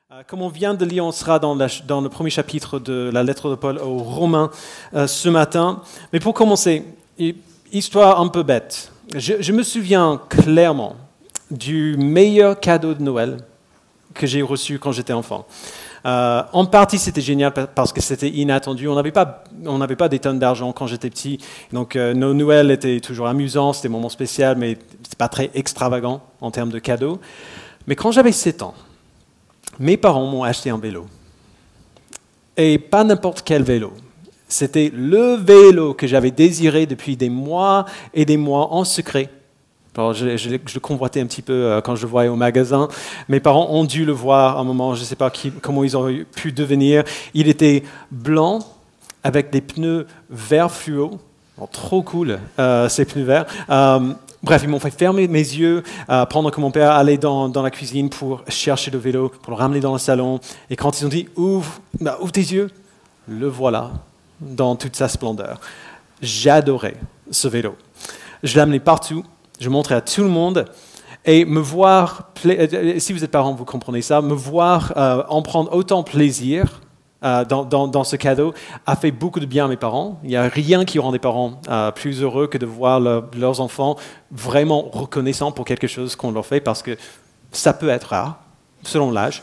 Comme on vient de lire, on sera dans le premier chapitre de la lettre de Paul aux Romains ce matin. Mais pour commencer, histoire un peu bête. Je me souviens clairement du meilleur cadeau de Noël que j'ai reçu quand j'étais enfant. En partie, c'était génial parce que c'était inattendu. On n'avait pas des tonnes d'argent quand j'étais petit. Donc, nos Noëls étaient toujours amusants, c'était un moment spécial, mais ce n'était pas très extravagant en termes de cadeaux. Mais quand j'avais 7 ans, mes parents m'ont acheté un vélo. Et pas n'importe quel vélo. C'était le vélo que j'avais désiré depuis des mois et des mois en secret. Alors, je le convoitais un petit peu quand je le voyais au magasin. Mes parents ont dû le voir à un moment, je ne sais pas comment ils ont pu devenir. Il était blanc avec des pneus vert fluo. Oh, trop cool, ces pneus verts. Bref, ils m'ont fait fermer mes yeux pendant que mon père allait dans la cuisine pour chercher le vélo, pour le ramener dans le salon. Et quand ils ont dit « Ouvre tes yeux », le voilà dans toute sa splendeur. J'adorais ce vélo. Je l'amenais partout, je montrais à tout le monde. Et me voir, si vous êtes parents, vous comprenez ça, me voir en prendre autant plaisir dans ce cadeau a fait beaucoup de bien à mes parents. Il n'y a rien qui rend des parents plus heureux que de voir leurs enfants vraiment reconnaissants pour quelque chose qu'on leur fait, parce que ça peut être rare, selon l'âge.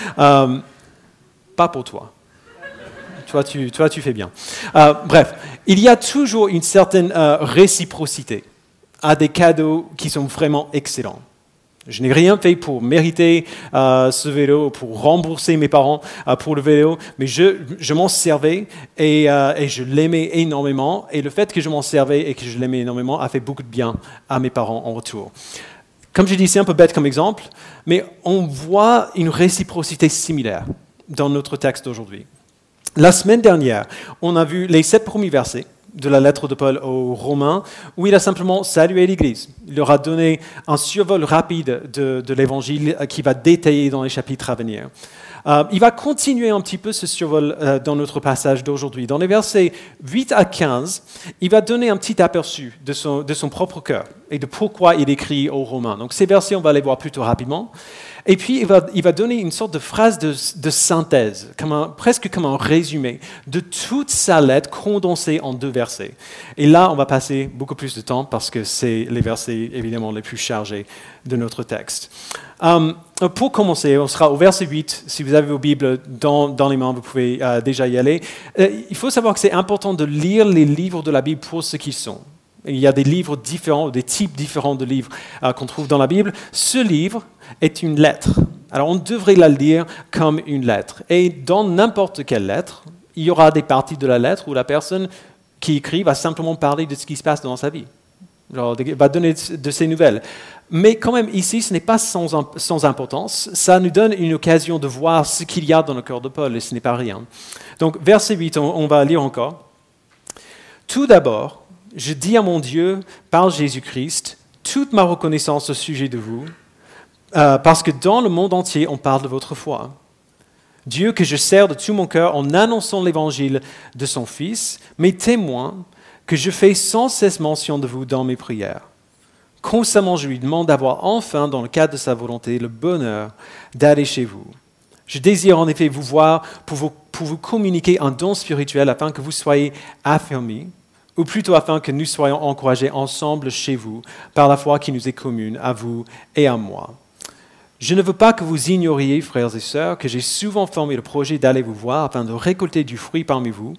Pas pour toi. Toi, tu fais bien. Bref, il y a toujours une certaine réciprocité à des cadeaux qui sont vraiment excellents. Je n'ai rien fait pour mériter ce vélo, pour rembourser mes parents pour le vélo, mais je m'en servais et je l'aimais énormément. Et le fait que je m'en servais et que je l'aimais énormément a fait beaucoup de bien à mes parents en retour. Comme je dis, c'est un peu bête comme exemple, mais on voit une réciprocité similaire dans notre texte d'aujourd'hui. La semaine dernière, on a vu les 7 premiers versets de la lettre de Paul aux Romains, où il a simplement salué l'Église. Il leur a donné un survol rapide de l'Évangile qui va détailler dans les chapitres à venir. Il va continuer un petit peu ce survol dans notre passage d'aujourd'hui. Dans les versets 8 à 15, il va donner un petit aperçu de son propre cœur et de pourquoi il écrit aux Romains. Donc ces versets, on va les voir plutôt rapidement. Et puis, il va donner une sorte de phrase de synthèse, presque comme un résumé de toute sa lettre condensée en 2 versets. Et là, on va passer beaucoup plus de temps parce que c'est les versets, évidemment, les plus chargés de notre texte. Pour commencer, on sera au verset 8. Si vous avez vos Bibles dans les mains, vous pouvez déjà y aller. Il faut savoir que c'est important de lire les livres de la Bible pour ce qu'ils sont. Il y a des livres différents, des types différents de livres qu'on trouve dans la Bible. Ce livre est une lettre. Alors on devrait la lire comme une lettre. Et dans n'importe quelle lettre, il y aura des parties de la lettre où la personne qui écrit va simplement parler de ce qui se passe dans sa vie. Genre, va donner de ses nouvelles. Mais quand même, ici, ce n'est pas sans importance. Ça nous donne une occasion de voir ce qu'il y a dans le cœur de Paul, et ce n'est pas rien. Donc, verset 8, on va lire encore. « Tout d'abord, je dis à mon Dieu, par Jésus-Christ, toute ma reconnaissance au sujet de vous, parce que dans le monde entier, on parle de votre foi. Dieu que je sers de tout mon cœur en annonçant l'évangile de son Fils, mes témoins, que je fais sans cesse mention de vous dans mes prières. Constamment, je lui demande d'avoir enfin, dans le cadre de sa volonté, le bonheur d'aller chez vous. Je désire en effet vous voir pour vous communiquer un don spirituel afin que vous soyez affermis, ou plutôt afin que nous soyons encouragés ensemble chez vous par la foi qui nous est commune, à vous et à moi. Je ne veux pas que vous ignoriez, frères et sœurs, que j'ai souvent formé le projet d'aller vous voir afin de récolter du fruit parmi vous,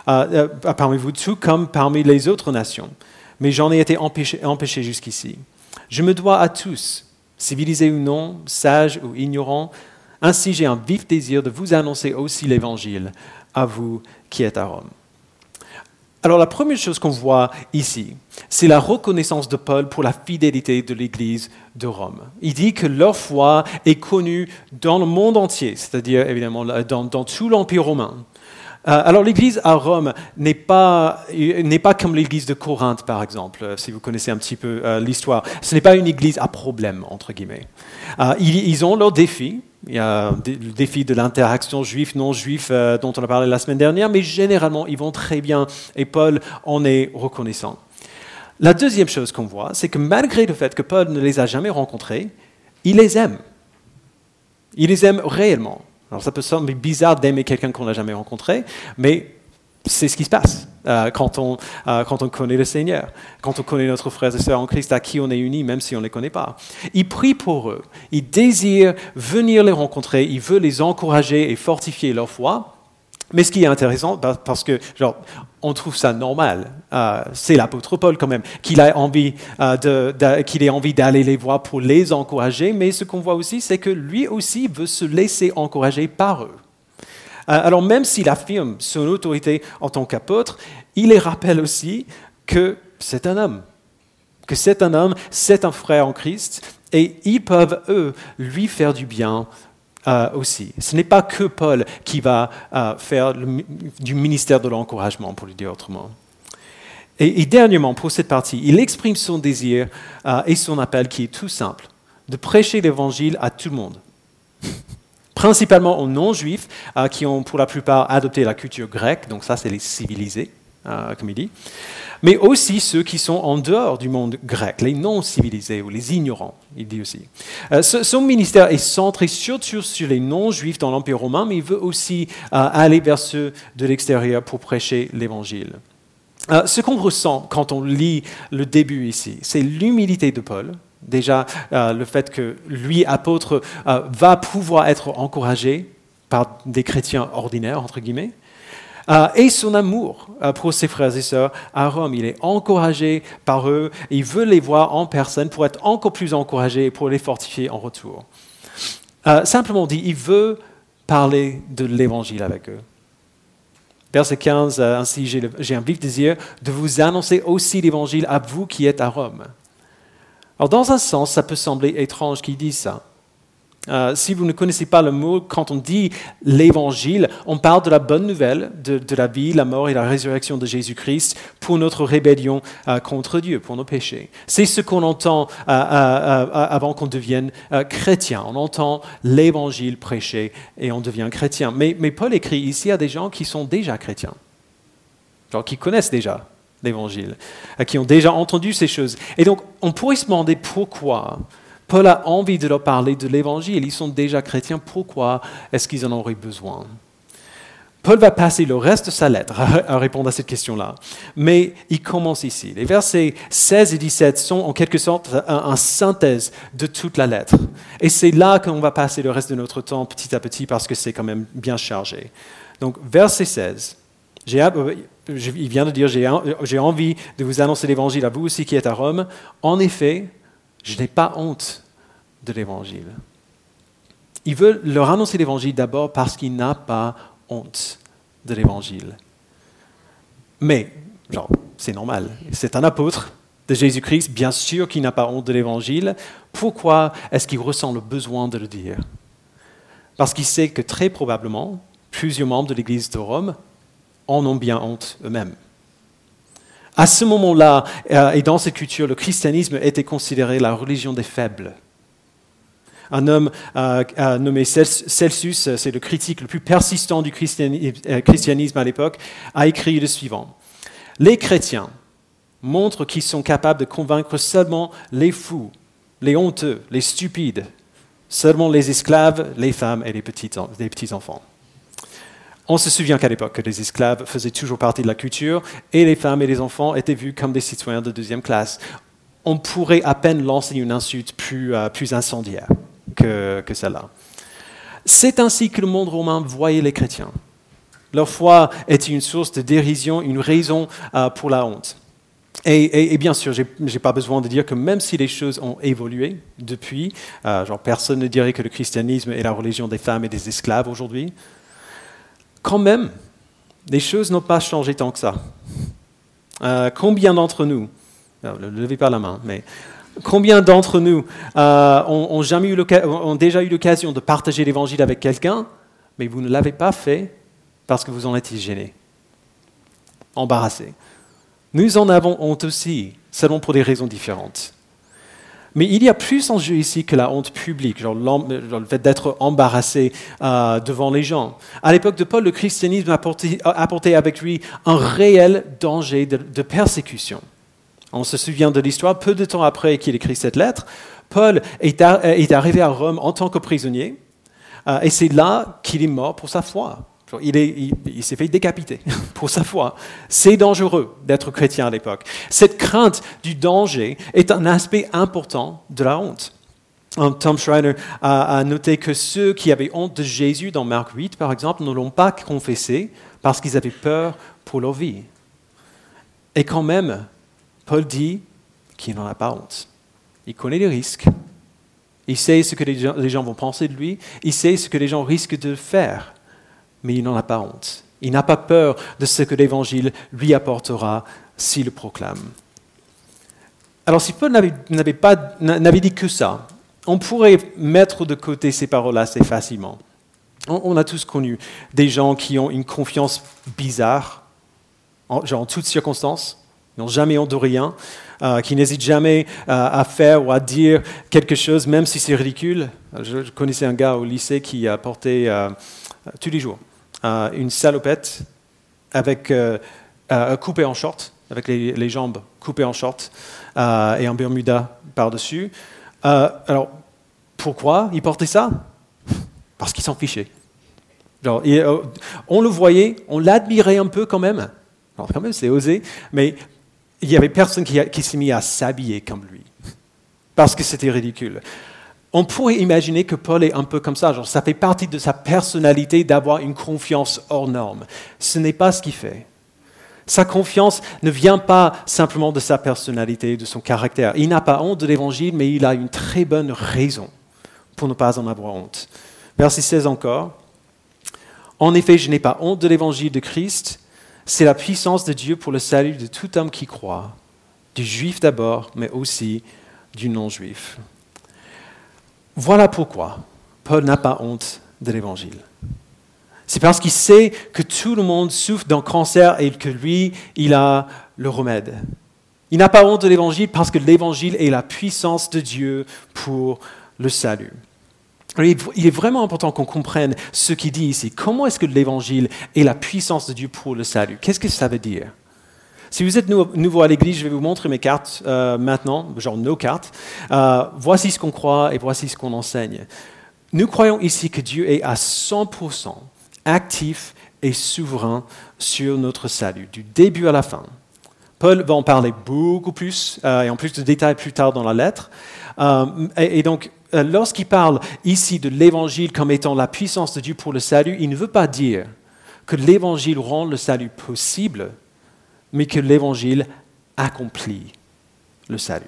tout comme parmi les autres nations. Mais j'en ai été empêché jusqu'ici. Je me dois à tous, civilisés ou non, sages ou ignorants. Ainsi, j'ai un vif désir de vous annoncer aussi l'Évangile, à vous qui êtes à Rome. » Alors la première chose qu'on voit ici, c'est la reconnaissance de Paul pour la fidélité de l'Église de Rome. Il dit que leur foi est connue dans le monde entier, c'est-à-dire évidemment dans tout l'Empire romain. Alors l'Église à Rome n'est pas comme l'Église de Corinthe, par exemple, si vous connaissez un petit peu l'histoire. Ce n'est pas une Église à problème, entre guillemets. Ils ont leurs défis. Il y a le défi de l'interaction juif-non juif dont on a parlé la semaine dernière, mais généralement, ils vont très bien et Paul en est reconnaissant. La deuxième chose qu'on voit, c'est que malgré le fait que Paul ne les a jamais rencontrés, il les aime. Il les aime réellement. Alors ça peut sembler bizarre d'aimer quelqu'un qu'on n'a jamais rencontré, mais c'est ce qui se passe quand on connaît le Seigneur, quand on connaît notre frères et sœurs en Christ à qui on est unis, même si on ne les connaît pas. Il prie pour eux, il désire venir les rencontrer, il veut les encourager et fortifier leur foi. Mais ce qui est intéressant, parce que on trouve ça normal, c'est l'apôtre Paul quand même, qu'il ait envie d'aller les voir pour les encourager, mais ce qu'on voit aussi, c'est que lui aussi veut se laisser encourager par eux. Alors même s'il affirme son autorité en tant qu'apôtre, il les rappelle aussi que c'est un homme, c'est un frère en Christ, et ils peuvent, eux, lui faire du bien aussi. Ce n'est pas que Paul qui va faire du ministère de l'encouragement, pour le dire autrement. Et dernièrement, pour cette partie, il exprime son désir et son appel qui est tout simple, de prêcher l'évangile à tout le monde. Principalement aux non-juifs qui ont pour la plupart adopté la culture grecque, donc ça c'est les civilisés, comme il dit, mais aussi ceux qui sont en dehors du monde grec, les non-civilisés ou les ignorants, il dit aussi. Son ministère est centré surtout sur les non-juifs dans l'Empire romain, mais il veut aussi aller vers ceux de l'extérieur pour prêcher l'Évangile. Ce qu'on ressent quand on lit le début ici, c'est l'humilité de Paul. Déjà, le fait que lui, apôtre, va pouvoir être encouragé par des chrétiens ordinaires, entre guillemets, et son amour pour ses frères et sœurs à Rome. Il est encouragé par eux, et il veut les voir en personne pour être encore plus encouragé et pour les fortifier en retour. Simplement dit, il veut parler de l'Évangile avec eux. Verset 15, ainsi j'ai un vif désir de vous annoncer aussi l'Évangile à vous qui êtes à Rome. Alors dans un sens, ça peut sembler étrange qu'il dise ça. Si vous ne connaissez pas le mot, quand on dit l'évangile, on parle de la bonne nouvelle de la vie, la mort et la résurrection de Jésus-Christ pour notre rébellion contre Dieu, pour nos péchés. C'est ce qu'on entend avant qu'on devienne chrétien. On entend l'évangile prêché et on devient chrétien. Mais Paul écrit ici à des gens qui sont déjà chrétiens, qui connaissent déjà l'Évangile, qui ont déjà entendu ces choses. Et donc, on pourrait se demander pourquoi Paul a envie de leur parler de l'Évangile. Ils sont déjà chrétiens, pourquoi est-ce qu'ils en auraient besoin? Paul va passer le reste de sa lettre à répondre à cette question-là. Mais il commence ici. Les versets 16 et 17 sont en quelque sorte une synthèse de toute la lettre. Et c'est là qu'on va passer le reste de notre temps petit à petit parce que c'est quand même bien chargé. Donc, verset 16. Il vient de dire, j'ai envie de vous annoncer l'Évangile à vous aussi qui êtes à Rome. En effet, je n'ai pas honte de l'Évangile. Il veut leur annoncer l'Évangile d'abord parce qu'il n'a pas honte de l'Évangile. Mais, c'est normal. C'est un apôtre de Jésus-Christ, bien sûr qu'il n'a pas honte de l'Évangile. Pourquoi est-ce qu'il ressent le besoin de le dire? Parce qu'il sait que très probablement, plusieurs membres de l'Église de Rome en ont bien honte eux-mêmes. À ce moment-là, et dans cette culture, le christianisme était considéré la religion des faibles. Un homme nommé Celsus, c'est le critique le plus persistant du christianisme à l'époque, a écrit le suivant. « Les chrétiens montrent qu'ils sont capables de convaincre seulement les fous, les honteux, les stupides, seulement les esclaves, les femmes et les petits-enfants. » On se souvient qu'à l'époque, les esclaves faisaient toujours partie de la culture et les femmes et les enfants étaient vus comme des citoyens de deuxième classe. On pourrait à peine lancer une insulte plus incendiaire que celle-là. C'est ainsi que le monde romain voyait les chrétiens. Leur foi était une source de dérision, une raison pour la honte. Et bien sûr, je n'ai pas besoin de dire que même si les choses ont évolué depuis, personne ne dirait que le christianisme est la religion des femmes et des esclaves aujourd'hui, quand même, les choses n'ont pas changé tant que ça. Combien d'entre nous, ne levez pas la main, mais combien d'entre nous ont déjà eu l'occasion de partager l'Évangile avec quelqu'un, mais vous ne l'avez pas fait parce que vous en étiez gênés, embarrassés? Nous en avons honte aussi, seulement pour des raisons différentes. Mais il y a plus en jeu ici que la honte publique, le fait d'être embarrassé devant les gens. À l'époque de Paul, le christianisme apportait avec lui un réel danger de persécution. On se souvient de l'histoire, peu de temps après qu'il écrit cette lettre, Paul est arrivé à Rome en tant que prisonnier. Et c'est là qu'il est mort pour sa foi. Il s'est fait décapiter pour sa foi. C'est dangereux d'être chrétien à l'époque. Cette crainte du danger est un aspect important de la honte. Tom Schreiner a noté que ceux qui avaient honte de Jésus dans Marc 8, par exemple, ne l'ont pas confessé parce qu'ils avaient peur pour leur vie. Et quand même, Paul dit qu'il n'en a pas honte. Il connaît les risques. Il sait ce que les gens vont penser de lui. Il sait ce que les gens risquent de faire. Mais il n'en a pas honte. Il n'a pas peur de ce que l'Évangile lui apportera s'il le proclame. Alors si Paul n'avait dit que ça, on pourrait mettre de côté ces paroles assez facilement. On a tous connu des gens qui ont une confiance bizarre, en toutes circonstances, qui n'ont jamais honte de rien, qui n'hésitent jamais à faire ou à dire quelque chose, même si c'est ridicule. Je connaissais un gars au lycée qui portait tous les jours une salopette coupée en short, avec les jambes coupées en short et un bermuda par-dessus. Alors, pourquoi il portait ça? Parce qu'il s'en fichait. On le voyait, on l'admirait un peu quand même. Alors quand même, c'est osé, mais il n'y avait personne qui s'est mis à s'habiller comme lui, parce que c'était ridicule. On pourrait imaginer que Paul est un peu comme ça, ça fait partie de sa personnalité d'avoir une confiance hors norme. Ce n'est pas ce qu'il fait. Sa confiance ne vient pas simplement de sa personnalité, de son caractère. Il n'a pas honte de l'Évangile, mais il a une très bonne raison pour ne pas en avoir honte. Verset 16 encore. « En effet, je n'ai pas honte de l'Évangile de Christ. C'est la puissance de Dieu pour le salut de tout homme qui croit, du juif d'abord, mais aussi du non-juif. » Voilà pourquoi Paul n'a pas honte de l'Évangile. C'est parce qu'il sait que tout le monde souffre d'un cancer et que lui, il a le remède. Il n'a pas honte de l'Évangile parce que l'Évangile est la puissance de Dieu pour le salut. Il est vraiment important qu'on comprenne ce qu'il dit ici. Comment est-ce que l'Évangile est la puissance de Dieu pour le salut? Qu'est-ce que ça veut dire? Si vous êtes nouveau à l'Église, je vais vous montrer mes cartes maintenant, genre nos cartes. Voici ce qu'on croit et voici ce qu'on enseigne. Nous croyons ici que Dieu est à 100% actif et souverain sur notre salut, du début à la fin. Paul va en parler beaucoup plus, et en plus de détails plus tard dans la lettre. Et donc, lorsqu'il parle ici de l'Évangile comme étant la puissance de Dieu pour le salut, il ne veut pas dire que l'Évangile rend le salut possible, mais que l'Évangile accomplit le salut.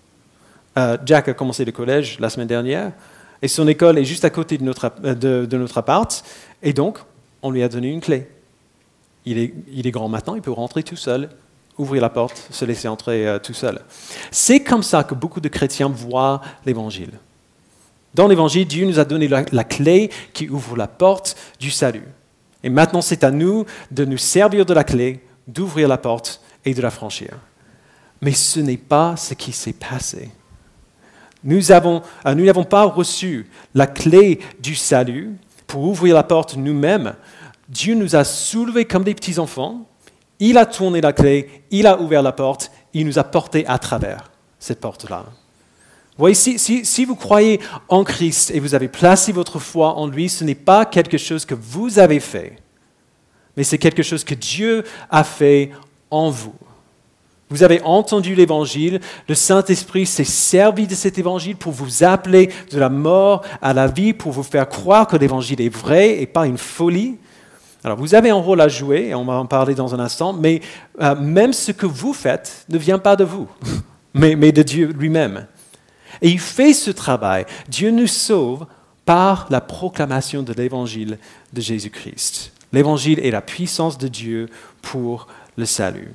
Jack a commencé le collège la semaine dernière, et son école est juste à côté de notre appart, et donc on lui a donné une clé. Il est grand maintenant, il peut rentrer tout seul, ouvrir la porte, se laisser entrer tout seul. C'est comme ça que beaucoup de chrétiens voient l'Évangile. Dans l'Évangile, Dieu nous a donné la clé qui ouvre la porte du salut. Et maintenant, c'est à nous de nous servir de la clé, d'ouvrir la porte et de la franchir. Mais ce n'est pas ce qui s'est passé. Nous n'avons pas reçu la clé du salut pour ouvrir la porte nous-mêmes. Dieu nous a soulevés comme des petits-enfants. Il a tourné la clé, il a ouvert la porte, il nous a portés à travers cette porte-là. Vous voyez, si vous croyez en Christ et vous avez placé votre foi en lui, ce n'est pas quelque chose que vous avez fait, mais c'est quelque chose que Dieu a fait en vous. Vous avez entendu l'Évangile, le Saint-Esprit s'est servi de cet Évangile pour vous appeler de la mort à la vie, pour vous faire croire que l'Évangile est vrai et pas une folie. Alors vous avez un rôle à jouer, et on va en parler dans un instant, mais même ce que vous faites ne vient pas de vous, mais de Dieu lui-même. Et il fait ce travail. Dieu nous sauve par la proclamation de l'Évangile de Jésus-Christ. L'Évangile est la puissance de Dieu pour le salut.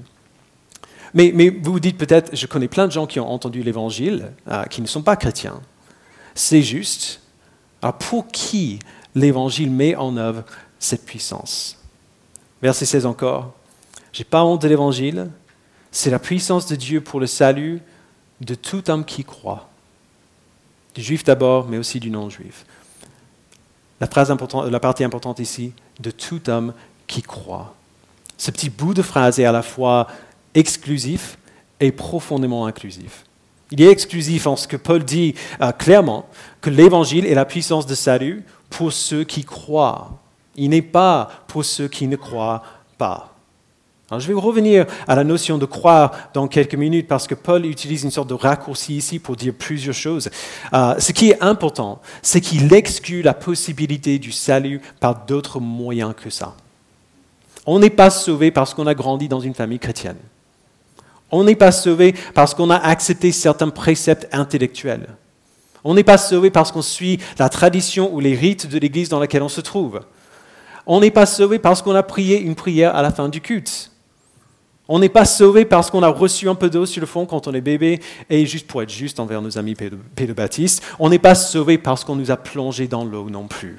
Mais vous vous dites peut-être, je connais plein de gens qui ont entendu l'Évangile, qui ne sont pas chrétiens. C'est juste. Alors pour qui l'Évangile met en œuvre cette puissance? Verset 16 encore. « J'ai pas honte de l'Évangile, c'est la puissance de Dieu pour le salut de tout homme qui croit. » Du juif d'abord, mais aussi du non-juif. La partie importante ici, de tout homme qui croit. Ce petit bout de phrase est à la fois exclusif et profondément inclusif. Il est exclusif en ce que Paul dit clairement que l'Évangile est la puissance de salut pour ceux qui croient. Il n'est pas pour ceux qui ne croient pas. Alors, je vais revenir à la notion de croire dans quelques minutes parce que Paul utilise une sorte de raccourci ici pour dire plusieurs choses. Ce qui est important, c'est qu'il exclut la possibilité du salut par d'autres moyens que ça. On n'est pas sauvé parce qu'on a grandi dans une famille chrétienne. On n'est pas sauvé parce qu'on a accepté certains préceptes intellectuels. On n'est pas sauvé parce qu'on suit la tradition ou les rites de l'Église dans laquelle on se trouve. On n'est pas sauvé parce qu'on a prié une prière à la fin du culte. On n'est pas sauvé parce qu'on a reçu un peu d'eau sur le front quand on est bébé, et juste pour être juste envers nos amis pédobaptistes, on n'est pas sauvé parce qu'on nous a plongé dans l'eau non plus.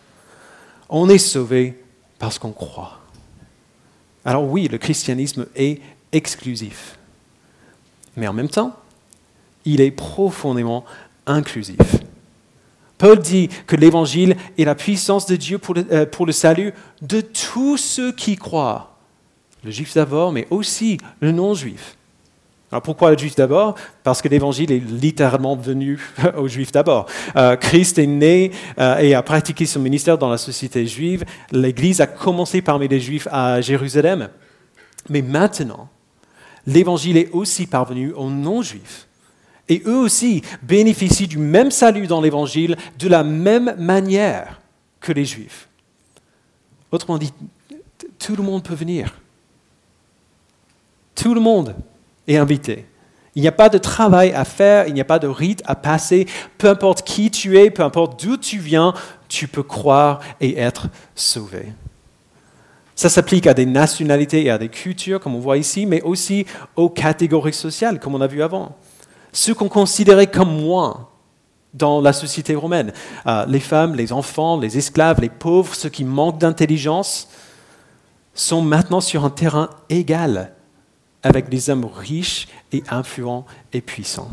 On est sauvé parce qu'on croit. Alors oui, le christianisme est exclusif, mais en même temps, il est profondément inclusif. Paul dit que l'Évangile est la puissance de Dieu pour le salut de tous ceux qui croient. Le juif d'abord, mais aussi le non-juif. Alors pourquoi le juif d'abord ? Parce que l'Évangile est littéralement venu aux juifs d'abord. Christ est né et a pratiqué son ministère dans la société juive. L'Église a commencé parmi les juifs à Jérusalem. Mais maintenant, l'Évangile est aussi parvenu aux non-juifs. Et eux aussi bénéficient du même salut dans l'Évangile de la même manière que les juifs. Autrement dit, tout le monde peut venir. Tout le monde est invité. Il n'y a pas de travail à faire, il n'y a pas de rite à passer. Peu importe qui tu es, peu importe d'où tu viens, tu peux croire et être sauvé. Ça s'applique à des nationalités et à des cultures, comme on voit ici, mais aussi aux catégories sociales, comme on a vu avant. Ceux qu'on considérait comme moins dans la société romaine, les femmes, les enfants, les esclaves, les pauvres, ceux qui manquent d'intelligence, sont maintenant sur un terrain égal avec des hommes riches et influents et puissants.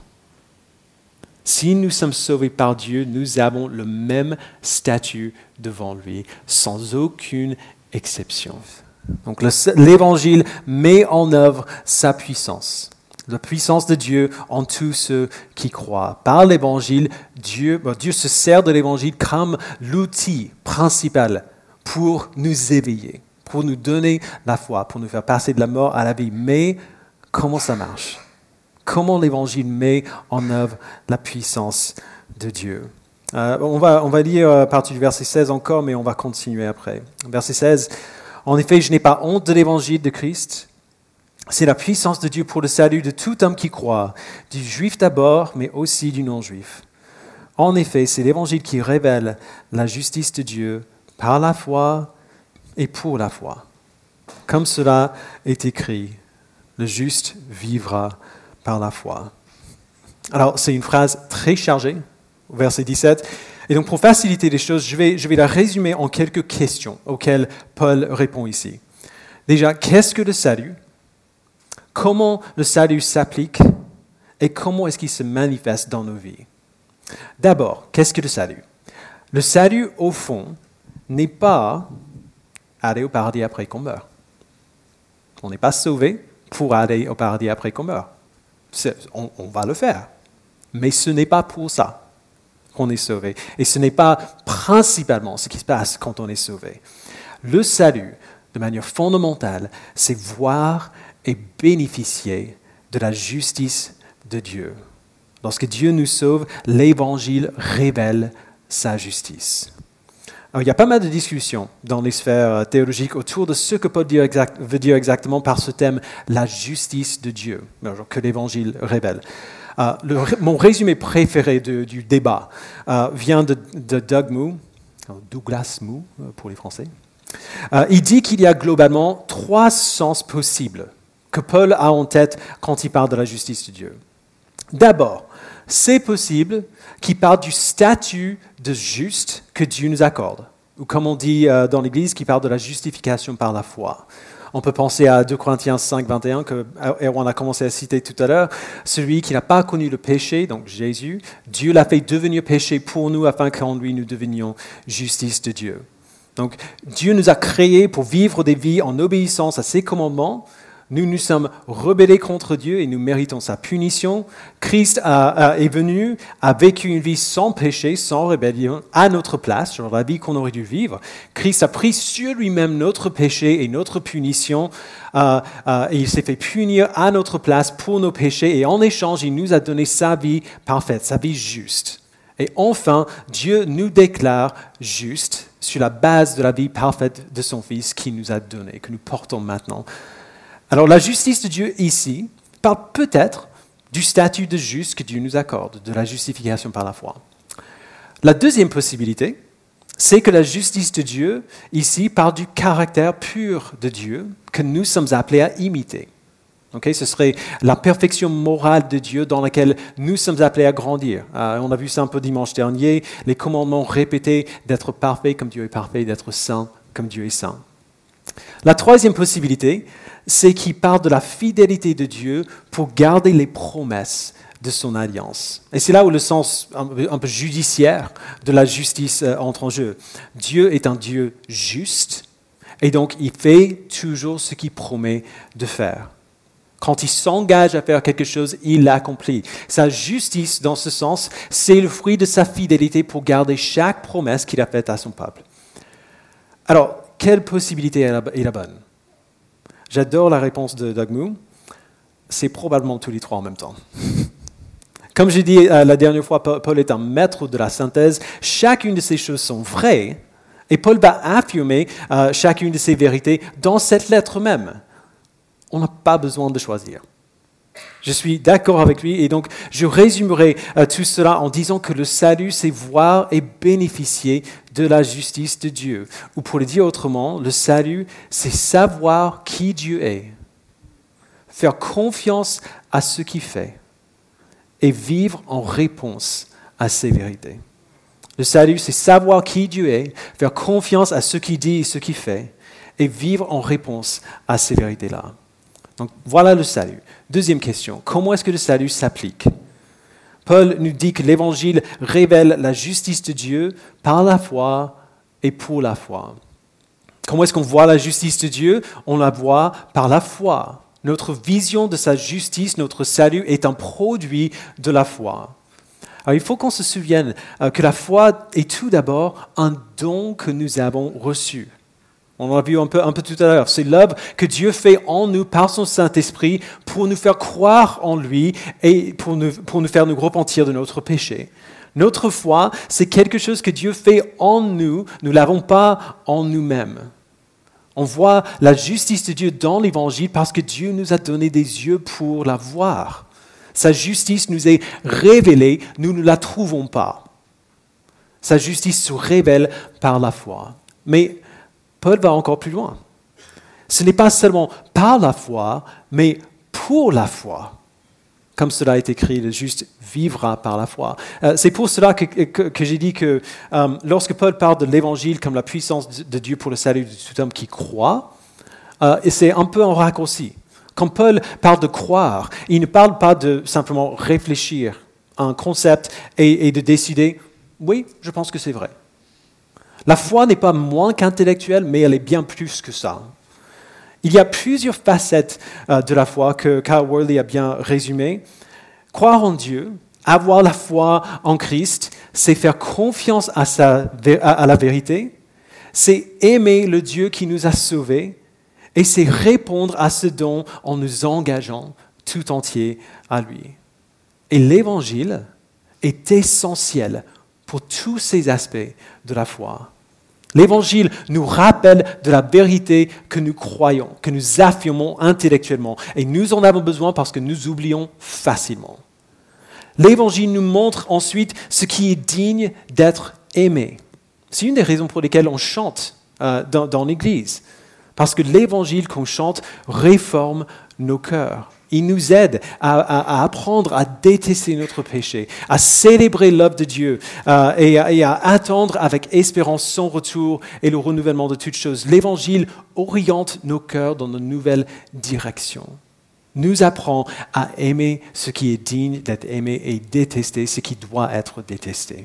Si nous sommes sauvés par Dieu, nous avons le même statut devant lui, sans aucune exception. Donc l'Évangile met en œuvre sa puissance, la puissance de Dieu en tous ceux qui croient. Par l'Évangile, Dieu se sert de l'Évangile comme l'outil principal pour nous éveiller, pour nous donner la foi, pour nous faire passer de la mort à la vie. Mais comment ça marche ? Comment l'Évangile met en œuvre la puissance de Dieu ? On va lire à partir du verset 16 encore, mais on va continuer après. Verset 16, « En effet, je n'ai pas honte de l'Évangile de Christ. C'est la puissance de Dieu pour le salut de tout homme qui croit, du juif d'abord, mais aussi du non-juif. En effet, c'est l'Évangile qui révèle la justice de Dieu par la foi et pour la foi. Comme cela est écrit, le juste vivra par la foi. » Alors, c'est une phrase très chargée, verset 17. Et donc, pour faciliter les choses, je vais la résumer en quelques questions auxquelles Paul répond ici. Déjà, qu'est-ce que le salut ? Comment le salut s'applique et comment est-ce qu'il se manifeste dans nos vies ? D'abord, qu'est-ce que le salut ? Le salut, au fond, n'est pas aller au paradis après qu'on meurt. On n'est pas sauvé pour aller au paradis après qu'on meurt. On va le faire, mais ce n'est pas pour ça qu'on est sauvé. Et ce n'est pas principalement ce qui se passe quand on est sauvé. Le salut, de manière fondamentale, c'est voir et bénéficier de la justice de Dieu. Lorsque Dieu nous sauve, l'Évangile révèle sa justice. Alors, il y a pas mal de discussions dans les sphères théologiques autour de ce que Paul veut dire exactement par ce thème, la justice de Dieu, que l'Évangile révèle. Mon résumé préféré du débat vient de Douglas Moo pour les Français. Il dit qu'il y a globalement 3 sens possibles que Paul a en tête quand il parle de la justice de Dieu. D'abord, c'est possible qu'il parle du statut de juste que Dieu nous accorde, ou comme on dit dans l'Église, qu'il parle de la justification par la foi. On peut penser à 2 Corinthiens 5, 21, que Erwan a commencé à citer tout à l'heure. Celui qui n'a pas connu le péché, donc Jésus, Dieu l'a fait devenir péché pour nous afin qu'en lui nous devenions justice de Dieu. Donc Dieu nous a créés pour vivre des vies en obéissance à ses commandements. Nous nous sommes rebellés contre Dieu et nous méritons sa punition. Christ est venu, a vécu une vie sans péché, sans rébellion, à notre place, sur la vie qu'on aurait dû vivre. Christ a pris sur lui-même notre péché et notre punition. Et il s'est fait punir à notre place pour nos péchés. Et en échange, il nous a donné sa vie parfaite, sa vie juste. Et enfin, Dieu nous déclare justes sur la base de la vie parfaite de son Fils qu'il nous a donnée, que nous portons maintenant. Alors la justice de Dieu ici parle peut-être du statut de juste que Dieu nous accorde, de la justification par la foi. La deuxième possibilité, c'est que la justice de Dieu ici parle du caractère pur de Dieu que nous sommes appelés à imiter. Ce serait la perfection morale de Dieu dans laquelle nous sommes appelés à grandir. On a vu ça un peu dimanche dernier, les commandements répétés d'être parfait comme Dieu est parfait, d'être saint comme Dieu est saint. La troisième possibilité, c'est qu'il parle de la fidélité de Dieu pour garder les promesses de son alliance. Et c'est là où le sens un peu judiciaire de la justice entre en jeu. Dieu est un Dieu juste, et donc il fait toujours ce qu'il promet de faire. Quand il s'engage à faire quelque chose, il l'accomplit. Sa justice, dans ce sens, c'est le fruit de sa fidélité pour garder chaque promesse qu'il a faite à son peuple. Alors, quelle possibilité est la bonne? J'adore la réponse de Doug Moo. C'est probablement tous les trois en même temps. Comme j'ai dit la dernière fois, Paul est un maître de la synthèse. Chacune de ces choses sont vraies, et Paul va affirmer chacune de ces vérités dans cette lettre même. On n'a pas besoin de choisir. Je suis d'accord avec lui et donc je résumerai tout cela en disant que le salut, c'est voir et bénéficier de la justice de Dieu. Ou pour le dire autrement, le salut, c'est savoir qui Dieu est, faire confiance à ce qu'il fait et vivre en réponse à ses vérités. Le salut, c'est savoir qui Dieu est, faire confiance à ce qu'il dit et ce qu'il fait et vivre en réponse à ces vérités-là. Donc voilà le salut. Deuxième question, comment est-ce que le salut s'applique? Paul nous dit que l'Évangile révèle la justice de Dieu par la foi et pour la foi. Comment est-ce qu'on voit la justice de Dieu? On la voit par la foi. Notre vision de sa justice, notre salut est un produit de la foi. Alors il faut qu'on se souvienne que la foi est tout d'abord un don que nous avons reçu. On en a vu un peu tout à l'heure. C'est l'œuvre que Dieu fait en nous par son Saint-Esprit pour nous faire croire en lui et pour nous faire nous repentir de notre péché. Notre foi, c'est quelque chose que Dieu fait en nous. Nous ne l'avons pas en nous-mêmes. On voit la justice de Dieu dans l'Évangile parce que Dieu nous a donné des yeux pour la voir. Sa justice nous est révélée, nous ne la trouvons pas. Sa justice se révèle par la foi. Mais Paul va encore plus loin. Ce n'est pas seulement par la foi, mais pour la foi. Comme cela est écrit, le juste vivra par la foi. C'est pour cela que j'ai dit que lorsque Paul parle de l'Évangile comme la puissance de Dieu pour le salut de tout homme qui croit, c'est un peu un raccourci. Quand Paul parle de croire, il ne parle pas de simplement réfléchir à un concept et de décider, oui, je pense que c'est vrai. La foi n'est pas moins qu'intellectuelle, mais elle est bien plus que ça. Il y a plusieurs facettes de la foi que Kyle Worley a bien résumées. Croire en Dieu, avoir la foi en Christ, c'est faire confiance à la vérité, c'est aimer le Dieu qui nous a sauvés, et c'est répondre à ce don en nous engageant tout entier à lui. Et l'Évangile est essentiel pour tous ces aspects de la foi. L'Évangile nous rappelle de la vérité que nous croyons, que nous affirmons intellectuellement. Et nous en avons besoin parce que nous oublions facilement. L'Évangile nous montre ensuite ce qui est digne d'être aimé. C'est une des raisons pour lesquelles on chante dans l'Église. Parce que l'Évangile qu'on chante réforme nos cœurs. Il nous aide à apprendre à détester notre péché, à célébrer l'œuvre de Dieu et à attendre avec espérance son retour et le renouvellement de toutes choses. L'Évangile oriente nos cœurs dans de nouvelles directions. Nous apprend à aimer ce qui est digne d'être aimé et détester ce qui doit être détesté.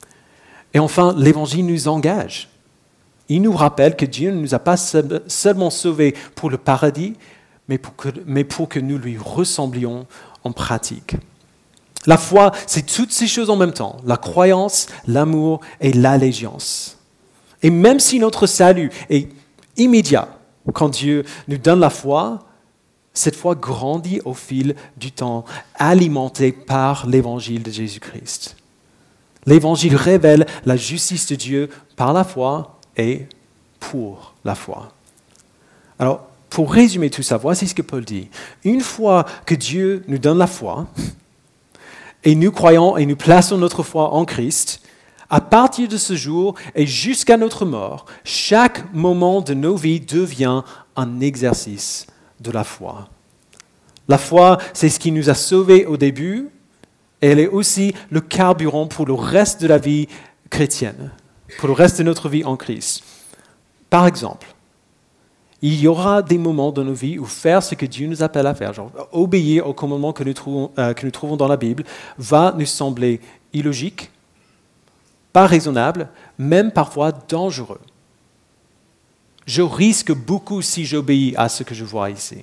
Et enfin, l'Évangile nous engage. Il nous rappelle que Dieu ne nous a pas seulement sauvés pour le paradis, mais pour que nous lui ressemblions en pratique. La foi, c'est toutes ces choses en même temps, la croyance, l'amour et l'allégeance. Et même si notre salut est immédiat quand Dieu nous donne la foi, cette foi grandit au fil du temps, alimentée par l'évangile de Jésus-Christ. L'évangile révèle la justice de Dieu par la foi et pour la foi. Alors, pour résumer tout ça, voici ce que Paul dit. Une fois que Dieu nous donne la foi, et nous croyons et nous plaçons notre foi en Christ, à partir de ce jour et jusqu'à notre mort, chaque moment de nos vies devient un exercice de la foi. La foi, c'est ce qui nous a sauvés au début, et elle est aussi le carburant pour le reste de la vie chrétienne, pour le reste de notre vie en Christ. Par exemple, il y aura des moments dans nos vies où faire ce que Dieu nous appelle à faire, genre obéir aux commandements que nous trouvons dans la Bible, va nous sembler illogique, pas raisonnable, même parfois dangereux. Je risque beaucoup si j'obéis à ce que je vois ici.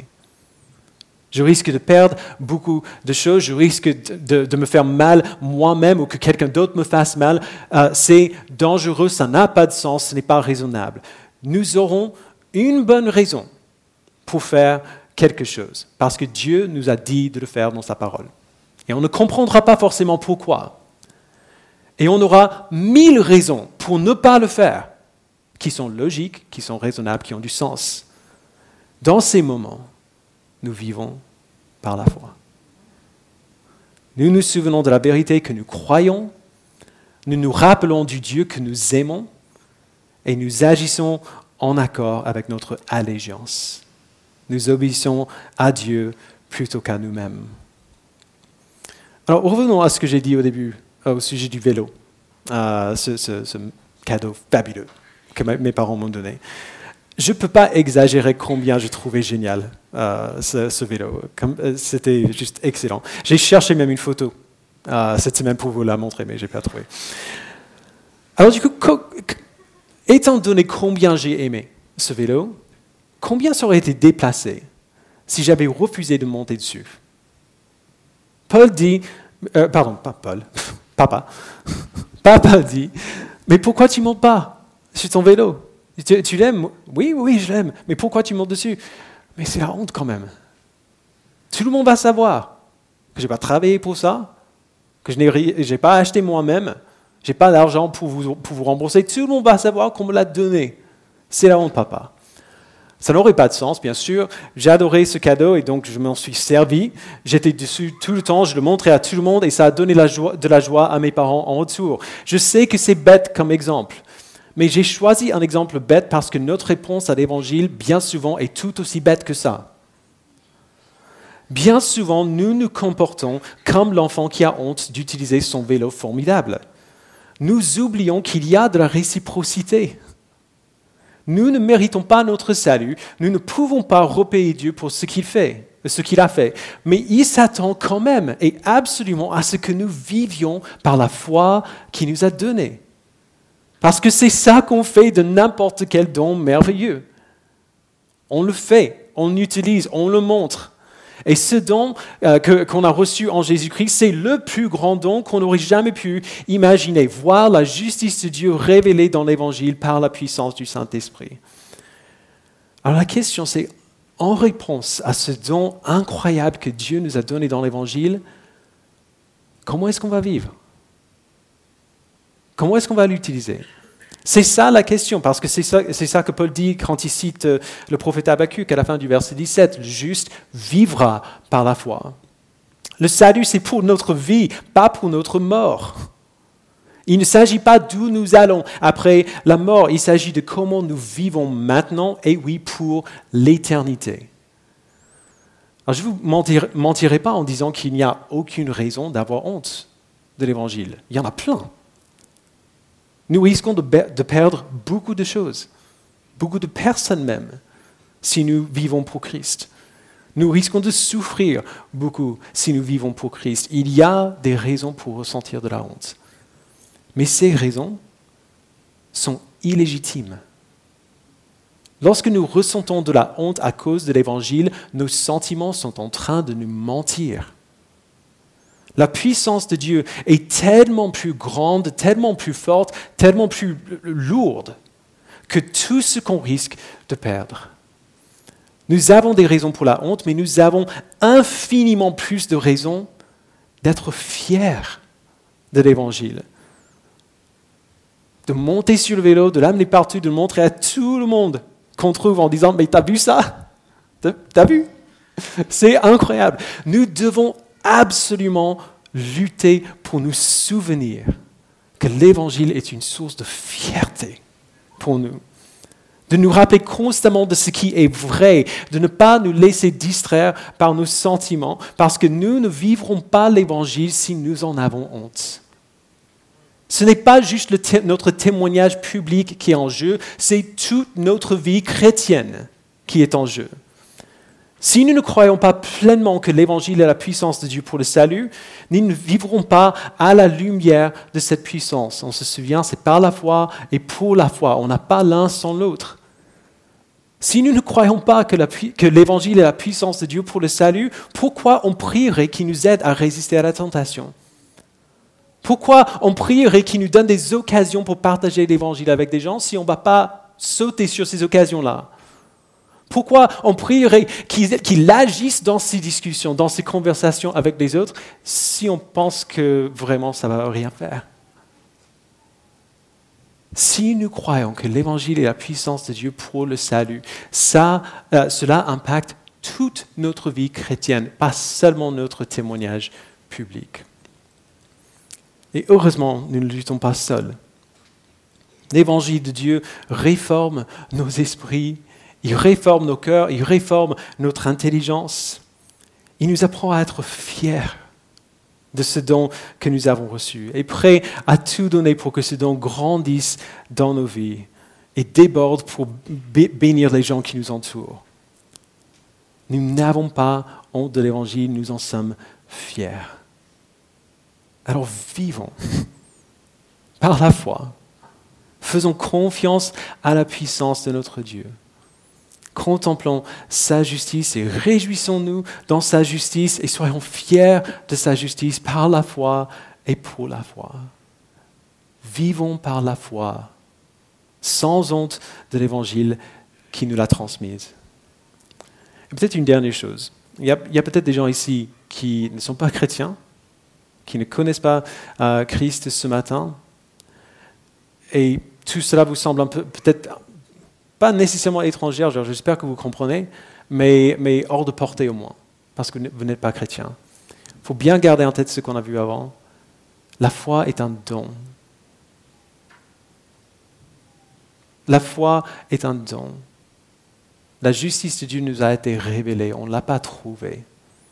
Je risque de perdre beaucoup de choses, je risque de me faire mal moi-même ou que quelqu'un d'autre me fasse mal. C'est dangereux, ça n'a pas de sens, ce n'est pas raisonnable. Nous aurons une bonne raison pour faire quelque chose, parce que Dieu nous a dit de le faire dans sa parole. Et on ne comprendra pas forcément pourquoi. Et on aura 1000 raisons pour ne pas le faire, qui sont logiques, qui sont raisonnables, qui ont du sens. Dans ces moments, nous vivons par la foi. Nous nous souvenons de la vérité que nous croyons, nous nous rappelons du Dieu que nous aimons et nous agissons en accord avec notre allégeance. Nous obéissons à Dieu plutôt qu'à nous-mêmes. Alors revenons à ce que j'ai dit au début, au sujet du vélo, ce cadeau fabuleux que mes parents m'ont donné. Je ne peux pas exagérer combien je trouvais génial ce vélo. C'était juste excellent. J'ai cherché même une photo cette semaine pour vous la montrer, mais je n'ai pas trouvé. Alors du coup, étant donné combien j'ai aimé ce vélo, combien ça aurait été déplacé si j'avais refusé de monter dessus? Paul dit, Papa dit, mais pourquoi tu ne montes pas sur ton vélo? Tu l'aimes? Oui, je l'aime. Mais pourquoi tu montes dessus? Mais c'est la honte quand même. Tout le monde va savoir que je n'ai pas travaillé pour ça, que je n'ai pas acheté moi-même, je n'ai pas d'argent pour vous rembourser. Tout le monde va savoir qu'on me l'a donné. C'est la honte, papa. Ça n'aurait pas de sens, bien sûr. J'ai adoré ce cadeau et donc je m'en suis servi. J'étais dessus tout le temps, je le montrais à tout le monde et ça a donné de la joie à mes parents en retour. Je sais que c'est bête comme exemple. Mais j'ai choisi un exemple bête parce que notre réponse à l'Évangile, bien souvent, est tout aussi bête que ça. Bien souvent, nous nous comportons comme l'enfant qui a honte d'utiliser son vélo formidable. Nous oublions qu'il y a de la réciprocité. Nous ne méritons pas notre salut, nous ne pouvons pas repayer Dieu pour ce qu'il a fait. Mais il s'attend quand même et absolument à ce que nous vivions par la foi qu'il nous a donnée. Parce que c'est ça qu'on fait de n'importe quel don merveilleux. On le fait, on l'utilise, on le montre. Et ce don qu'on a reçu en Jésus-Christ, c'est le plus grand don qu'on n'aurait jamais pu imaginer. Voir la justice de Dieu révélée dans l'Évangile par la puissance du Saint-Esprit. Alors la question c'est, en réponse à ce don incroyable que Dieu nous a donné dans l'Évangile, comment est-ce qu'on va vivre? Comment est-ce qu'on va l'utiliser? C'est ça la question, parce que c'est ça que Paul dit quand il cite le prophète Habakkuk à la fin du verset 17. Le juste vivra par la foi. Le salut, c'est pour notre vie, pas pour notre mort. Il ne s'agit pas d'où nous allons après la mort, il s'agit de comment nous vivons maintenant, et oui, pour l'éternité. Alors, je ne vous mentirai pas en disant qu'il n'y a aucune raison d'avoir honte de l'Évangile. Il y en a plein. Nous risquons de perdre beaucoup de choses, beaucoup de personnes même, si nous vivons pour Christ. Nous risquons de souffrir beaucoup si nous vivons pour Christ. Il y a des raisons pour ressentir de la honte. Mais ces raisons sont illégitimes. Lorsque nous ressentons de la honte à cause de l'Évangile, nos sentiments sont en train de nous mentir. La puissance de Dieu est tellement plus grande, tellement plus forte, tellement plus lourde que tout ce qu'on risque de perdre. Nous avons des raisons pour la honte, mais nous avons infiniment plus de raisons d'être fiers de l'Évangile. De monter sur le vélo, de l'amener partout, de le montrer à tout le monde qu'on trouve en disant « Mais t'as vu ça? T'as vu ?» C'est incroyable. Nous devons absolument lutter pour nous souvenir que l'Évangile est une source de fierté pour nous. De nous rappeler constamment de ce qui est vrai, de ne pas nous laisser distraire par nos sentiments, parce que nous ne vivrons pas l'Évangile si nous en avons honte. Ce n'est pas juste notre témoignage public qui est en jeu, c'est toute notre vie chrétienne qui est en jeu. Si nous ne croyons pas pleinement que l'Évangile est la puissance de Dieu pour le salut, nous ne vivrons pas à la lumière de cette puissance. On se souvient, c'est par la foi et pour la foi. On n'a pas l'un sans l'autre. Si nous ne croyons pas que l'Évangile est la puissance de Dieu pour le salut, pourquoi on prierait qu'il nous aide à résister à la tentation? Pourquoi on prierait qu'il nous donne des occasions pour partager l'Évangile avec des gens si on ne va pas sauter sur ces occasions-là? Pourquoi on prierait qu'il agisse dans ces discussions, dans ces conversations avec les autres, si on pense que vraiment ça ne va rien faire? Si nous croyons que l'Évangile est la puissance de Dieu pour le salut, cela impacte toute notre vie chrétienne, pas seulement notre témoignage public. Et heureusement, nous ne luttons pas seuls. L'Évangile de Dieu réforme nos esprits, il réforme nos cœurs, il réforme notre intelligence. Il nous apprend à être fiers de ce don que nous avons reçu et prêts à tout donner pour que ce don grandisse dans nos vies et déborde pour bénir les gens qui nous entourent. Nous n'avons pas honte de l'Évangile, nous en sommes fiers. Alors vivons par la foi. Faisons confiance à la puissance de notre Dieu. Contemplons sa justice et réjouissons-nous dans sa justice et soyons fiers de sa justice par la foi et pour la foi. Vivons par la foi, sans honte de l'Évangile qui nous l'a transmise. Et peut-être une dernière chose. Il y a peut-être des gens ici qui ne sont pas chrétiens, qui ne connaissent pas Christ ce matin, et tout cela vous semble peut-être pas nécessairement étrangère, j'espère que vous comprenez, mais hors de portée au moins, parce que vous n'êtes pas chrétien. Il faut bien garder en tête ce qu'on a vu avant. La foi est un don. La foi est un don. La justice de Dieu nous a été révélée, on ne l'a pas trouvée.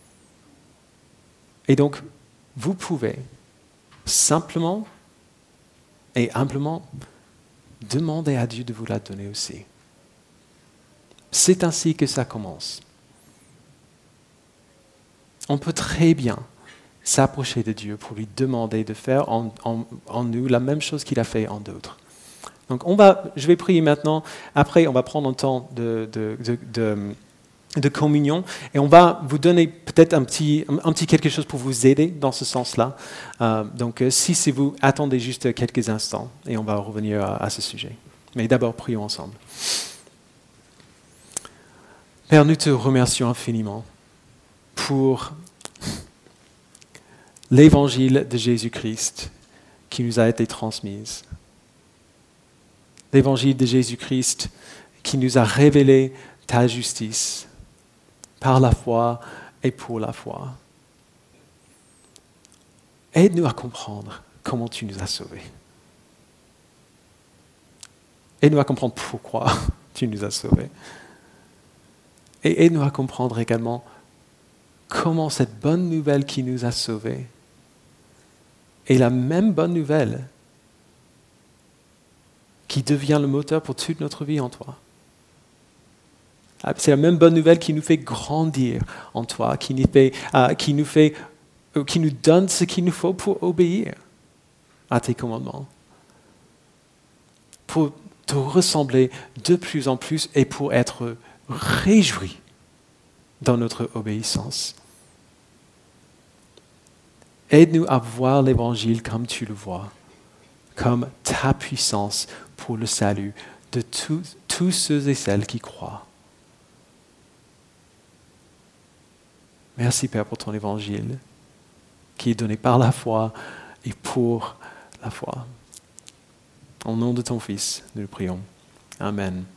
Et donc, vous pouvez simplement et humblement demander à Dieu de vous la donner aussi. C'est ainsi que ça commence. On peut très bien s'approcher de Dieu pour lui demander de faire en nous la même chose qu'il a fait en d'autres. Donc je vais prier maintenant, après on va prendre un temps de communion et on va vous donner peut-être un petit quelque chose pour vous aider dans ce sens-là. Donc si c'est vous, attendez juste quelques instants et on va revenir à ce sujet. Mais d'abord, prions ensemble. Père, nous te remercions infiniment pour l'évangile de Jésus-Christ qui nous a été transmis. L'évangile de Jésus-Christ qui nous a révélé ta justice par la foi et pour la foi. Aide-nous à comprendre comment tu nous as sauvés. Aide-nous à comprendre pourquoi tu nous as sauvés. Et aide-nous à comprendre également comment cette bonne nouvelle qui nous a sauvés est la même bonne nouvelle qui devient le moteur pour toute notre vie en toi. C'est la même bonne nouvelle qui nous fait grandir en toi, qui nous donne ce qu'il nous faut pour obéir à tes commandements, pour te ressembler de plus en plus et pour être réjouis dans notre obéissance. Aide-nous à voir l'Évangile comme tu le vois, comme ta puissance pour le salut de tous ceux et celles qui croient. Merci Père pour ton Évangile qui est donné par la foi et pour la foi. Au nom de ton Fils, nous le prions. Amen.